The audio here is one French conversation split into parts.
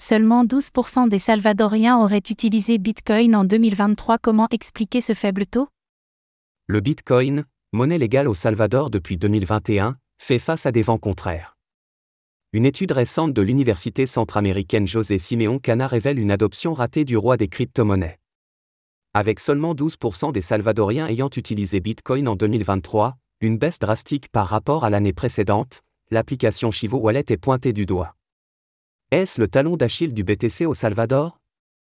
Seulement 12% des Salvadoriens auraient utilisé Bitcoin en 2023. Comment expliquer ce faible taux? Le Bitcoin, monnaie légale au Salvador depuis 2021, fait face à des vents contraires. Une étude récente de l'université centra-américaine José Simeón Cana révèle une adoption ratée du roi des crypto-monnaies. Avec seulement 12% des Salvadoriens ayant utilisé Bitcoin en 2023, une baisse drastique par rapport à l'année précédente, l'application Chivo Wallet est pointée du doigt. Est-ce le talon d'Achille du BTC au Salvador?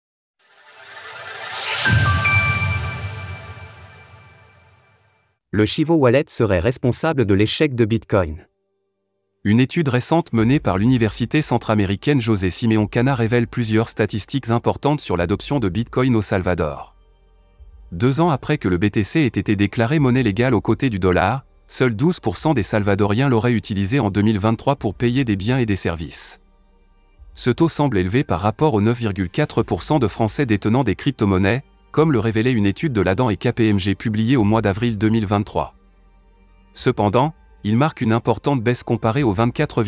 Le Chivo Wallet serait responsable de l'échec de Bitcoin. Une étude récente menée par l'université centra-américaine José Simeón Cana révèle plusieurs statistiques importantes sur l'adoption de Bitcoin au Salvador. 2 ans après que le BTC ait été déclaré monnaie légale aux côtés du dollar, seuls 12% des Salvadoriens l'auraient utilisé en 2023 pour payer des biens et des services. Ce taux semble élevé par rapport aux 9,4% de Français détenant des crypto-monnaies, comme le révélait une étude de l'Adam et KPMG publiée au mois d'avril 2023. Cependant, il marque une importante baisse comparée aux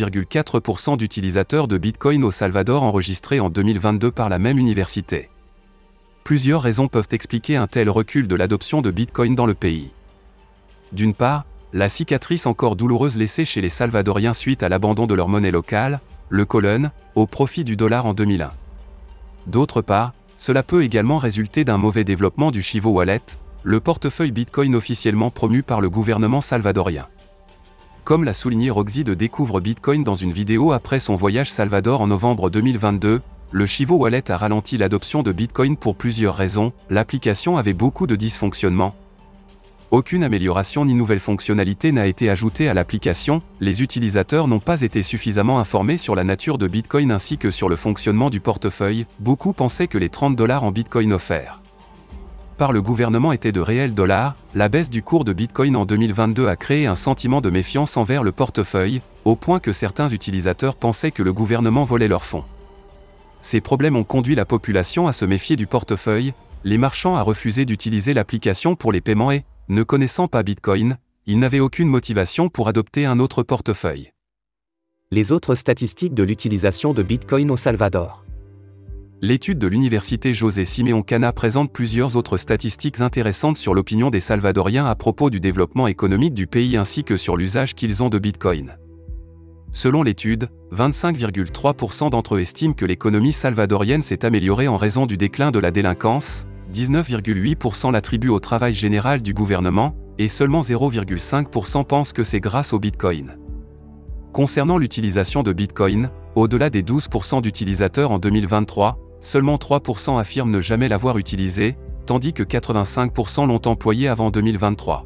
24,4% d'utilisateurs de Bitcoin au Salvador enregistrés en 2022 par la même université. Plusieurs raisons peuvent expliquer un tel recul de l'adoption de Bitcoin dans le pays. D'une part, la cicatrice encore douloureuse laissée chez les Salvadoriens suite à l'abandon de leur monnaie locale, le colon, au profit du dollar en 2001. D'autre part, cela peut également résulter d'un mauvais développement du Chivo Wallet, le portefeuille Bitcoin officiellement promu par le gouvernement salvadorien. Comme l'a souligné Roxy de Découvre Bitcoin dans une vidéo après son voyage Salvador en novembre 2022, le Chivo Wallet a ralenti l'adoption de Bitcoin pour plusieurs raisons. L'application avait beaucoup de dysfonctionnements. Aucune amélioration ni nouvelle fonctionnalité n'a été ajoutée à l'application, les utilisateurs n'ont pas été suffisamment informés sur la nature de Bitcoin ainsi que sur le fonctionnement du portefeuille. Beaucoup pensaient que les $30 en Bitcoin offerts par le gouvernement étaient de réels dollars. La baisse du cours de Bitcoin en 2022 a créé un sentiment de méfiance envers le portefeuille, au point que certains utilisateurs pensaient que le gouvernement volait leurs fonds. Ces problèmes ont conduit la population à se méfier du portefeuille, les marchands à refuser d'utiliser l'application pour les paiements et, ne connaissant pas Bitcoin, ils n'avaient aucune motivation pour adopter un autre portefeuille. Les autres statistiques de l'utilisation de Bitcoin au Salvador. L'étude de l'université José Simeón Cana présente plusieurs autres statistiques intéressantes sur l'opinion des Salvadoriens à propos du développement économique du pays ainsi que sur l'usage qu'ils ont de Bitcoin. Selon l'étude, 25,3% d'entre eux estiment que l'économie salvadorienne s'est améliorée en raison du déclin de la délinquance, 19,8% l'attribuent au travail général du gouvernement, et seulement 0,5% pensent que c'est grâce au Bitcoin. Concernant l'utilisation de Bitcoin, au-delà des 12% d'utilisateurs en 2023, seulement 3% affirment ne jamais l'avoir utilisé, tandis que 85% l'ont employé avant 2023.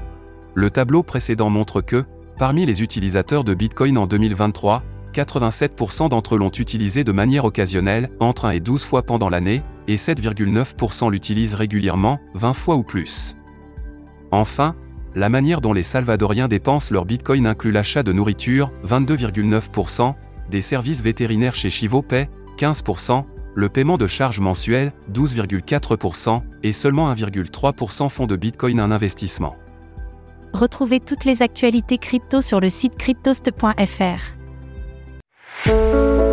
Le tableau précédent montre que, parmi les utilisateurs de Bitcoin en 2023, 87% d'entre eux l'ont utilisé de manière occasionnelle, entre 1 et 12 fois pendant l'année, et 7,9% l'utilisent régulièrement, 20 fois ou plus. Enfin, la manière dont les Salvadoriens dépensent leur Bitcoin inclut l'achat de nourriture, 22,9%, des services vétérinaires chez Chivo Pay, 15%, le paiement de charges mensuelles, 12,4%, et seulement 1,3% font de Bitcoin un investissement. Retrouvez toutes les actualités crypto sur le site cryptost.fr.